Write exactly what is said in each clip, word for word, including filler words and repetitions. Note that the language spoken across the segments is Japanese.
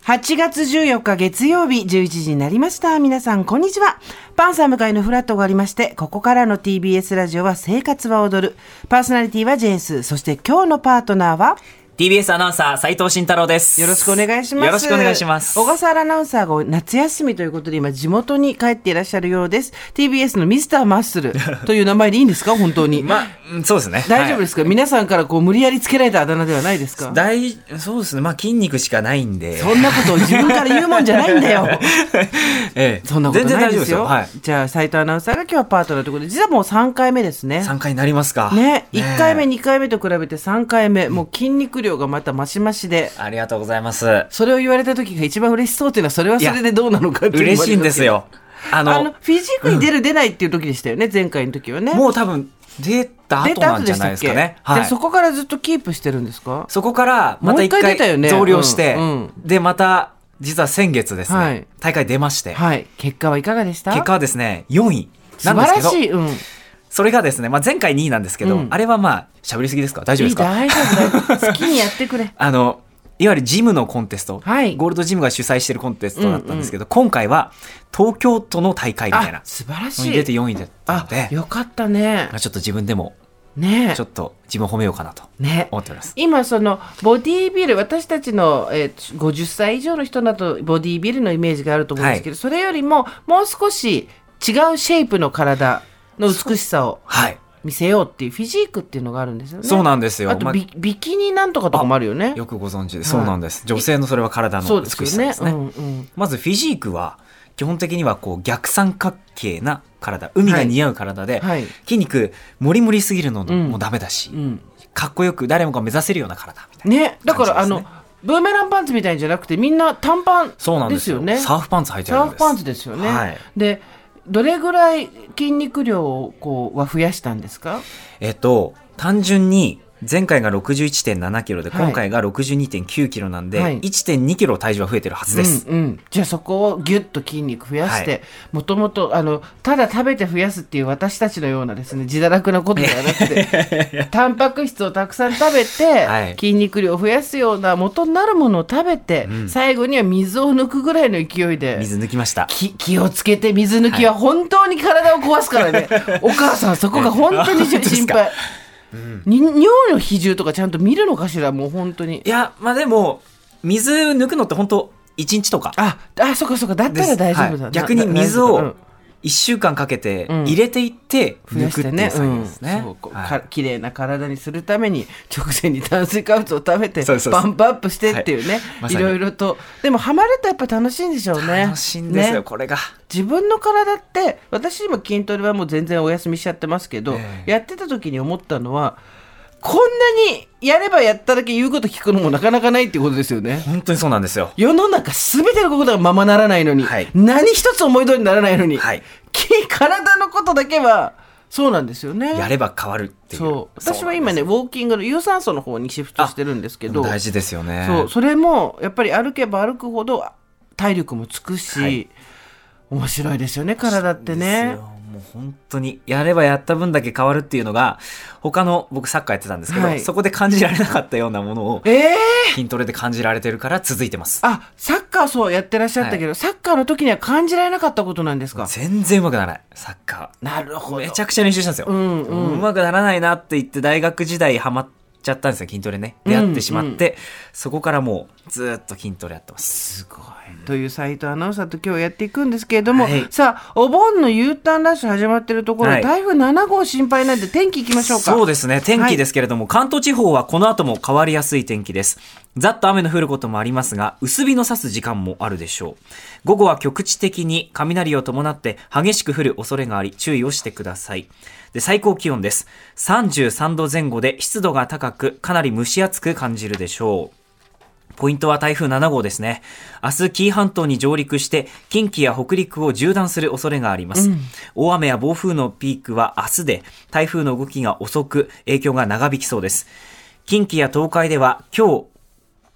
はちがつじゅうよっか月曜日じゅういちじになりました。皆さんこんにちは。パンサー向かいのフラットがありまして、ここからの ティービーエス ラジオは生活は踊る。パーソナリティはジェーンス。そして今日のパートナーはティービーエス アナウンサー斉藤慎太郎です。 よろしくお願いします。 よろしくお願いします。 小笠原アナウンサーが夏休みということで今地元に帰っていらっしゃるようです。 ティービーエス のミスターマッスルという名前でいいんですか本当に。 まあそうですね。 大丈夫ですか、はい、皆さんからこう無理やりつけられたあだ名ではないですか。 大そうですね。まあ筋肉しかないんでそんなことを自分から言うもんじゃないんだよ、 ええ、 そんなことないですよ。 はい、 じゃあ斉藤アナウンサーが今日はパートナーということで、実はもうさんかいめですね。 さんかいになりますかね。いっかいめにかいめと比べてさんかいめ、もう筋肉量がまた増し増しで、 ありがとうございます。 それを言われた時が一番嬉しそうっていうのはそれはそれでどうなのかっていう。 嬉しいんですよ。 あのあのフィジークに出る、うん、出ないっていう時でしたよね、前回の時はね。 もう多分出た後なんじゃないですかね。 はい、でそこからずっとキープしてるんですか。 そこからまたいっかい増量して、 うんうん、 でまた実は先月ですね、はい、大会出まして、 はい、結果はいかがでした。 結果はですねよんいなんですけど、 素晴らしい、うん、 それがですね、まあ、前回にいなんですけど、うん、あれはまあ喋りすぎですか、大丈夫ですか。 いい、大丈夫大丈夫好きにやってくれあのいわゆるジムのコンテスト、はい、ゴールドジムが主催しているコンテストだったんですけど、うんうん、今回は東京都の大会みたいな、 素晴らしい、 に出てよんいだったので、 あ、よかったね。 ちょっと自分でもね、 ちょっと自分を褒めようかなと思っております、ね、 今そのボディービル、私たちの、えー、ごじゅっさい以上の人だとボディービルのイメージがあると思うんですけど、はい、それよりももう少し違うシェイプの体の美しさを見せようっていうフィジークっていうのがあるんですよね。 そうなんですよ。 あと ビ,、ま、ビキニなんとかとかもあるよね。 よくご存知で、そうなんです、はい、女性のそれは体の美しさですね。 そうですよね、うんうん、まずフィジークは基本的にはこう逆三角形な体、海が似合う体で、はいはい、筋肉もりもりすぎるのもダメだし、うんうん、かっこよく誰もが目指せるような体みたいな、ね、 だからあのブーメランパンツみたいじゃなくてみんな短パンですよね。 そうなんですよ。サーフパンツ履いてるんです。 サーフパンツですよね、 はい、 でどれぐらい筋肉量をこうは増やしたんですか。 えっと単純に前回が ろくじゅういってんななキロで、はい、今回が ろくじゅうにてんきゅうキロなんで、はい、いってんにキロ体重は増えてるはずです、 うんうん、じゃあそこをギュッと筋肉増やして、もともとただ食べて増やすっていう私たちのようなですね自堕落なことではなくてタンパク質をたくさん食べて、はい、筋肉量を増やすような元になるものを食べて、うん、最後には水を抜くぐらいの勢いで水抜きました。 き気をつけて、水抜きは本当に体を壊すからね、はい、お母さんそこが本当に心配うん、尿の比重とかちゃんと見るのかしら。もう本当に。 いや、まあでも水抜くのって本当いちにちとか。 ああ、そっかそっか、だったら大丈夫だ、 はい、逆に水をいっしゅうかんかけて入れていって抜くっていう作業ですね。 きれいな体にするために直前に炭水化物を食べてパンプアップしてっていうね、はい、いろいろと。でもハマるとやっぱ楽しいんでしょうね。 楽しいんですよ、ね、これが自分の体って。私今筋トレはもう全然お休みしちゃってますけど、えー、やってた時に思ったのは、こんなにやればやっただけ言うこと聞くのもなかなかないっていうことですよね。 本当にそうなんですよ。 世の中全てのことがままならないのに、はい、何一つ思い通りにならないのに、はい、体のことだけはそうなんですよね。 やれば変わるっていう。 そう私は今ねウォーキングの有酸素の方にシフトしてるんですけど、 大事ですよね。 そうそれもやっぱり歩けば歩くほど体力もつくし、はい、面白いですよね体ってね。 もう本当にやればやった分だけ変わるっていうのが他の僕サッカーやってたんですけど、はい、そこで感じられなかったようなものを、えー、筋トレで感じられてるから続いてます。 あ、サッカーそうやってらっしゃったけど、はい、サッカーの時には感じられなかったことなんですか。 全然うまくならないサッカー。 なるほど。 めちゃくちゃ練習したんですよ、うんうん、うまくならないなって言って大学時代ハマっちゃったんですよ筋トレね。出会ってしまって、うんうん、そこからもうずっと筋トレやってます。 すごい、うん、という斉藤アナウンサーと今日やっていくんですけれども、はい、さあお盆の U ターンラッシュ始まっているところ、はい、台風なな号心配なんで天気いきましょうか。 そうですね、天気ですけれども、はい、関東地方はこの後も変わりやすい天気です。ざっと雨の降ることもありますが、薄日の差す時間もあるでしょう。午後は局地的に雷を伴って激しく降る恐れがあり注意をしてください。で、最高気温です。さんじゅうさんどぜん後で湿度が高くかなり蒸し暑く感じるでしょう。ポイントは台風なな号ですね。明日紀伊半島に上陸して近畿や北陸を縦断する恐れがあります、うん、大雨や暴風のピークは明日で、台風の動きが遅く影響が長引きそうです。近畿や東海では今日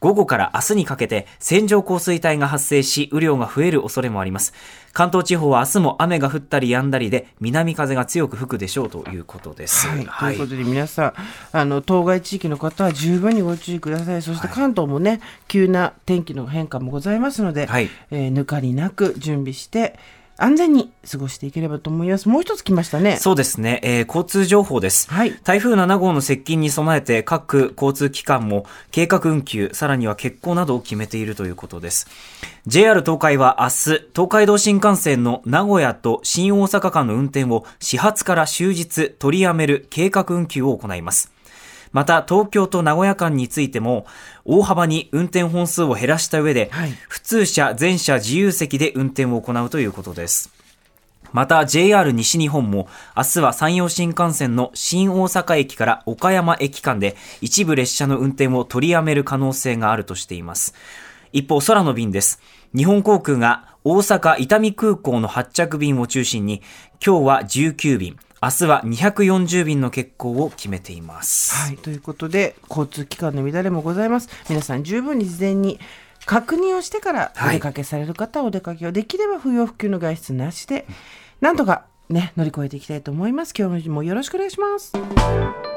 午後から明日にかけて線状降水帯が発生し、雨量が増える恐れもあります。関東地方は明日も雨が降ったり止んだりで、南風が強く吹くでしょうということです。 はい、 はい、 ということで皆さん、あの当該地域の方は十分にご注意ください。そして関東もね、はい、急な天気の変化もございますので、はい、えー、抜かりなく準備して安全に過ごしていければと思います。もう一つ来ましたね。 そうですね、えー、交通情報です、はい、台風なな号の接近に備えて各交通機関も計画運休、さらには欠航などを決めているということです。 ジェイアール 東海は明日、東海道新幹線の名古屋と新大阪間の運転を始発から終日取りやめる計画運休を行います。また東京と名古屋間についても大幅に運転本数を減らした上で、はい、普通車全車自由席で運転を行うということです。また ジェイアール 西日本も明日は山陽新幹線の新大阪駅から岡山駅間で一部列車の運転を取りやめる可能性があるとしています。一方、空の便です。日本航空が大阪伊丹空港の発着便を中心に今日はじゅうきゅう便、明日はにひゃくよんじゅう便の欠航を決めています。 はい、ということで交通機関の乱れもございます。皆さん十分に事前に確認をしてからお出かけされる方は、はい、お出かけをできれば不要不急の外出なしでなんとかね乗り越えていきたいと思います。今日もよろしくお願いします。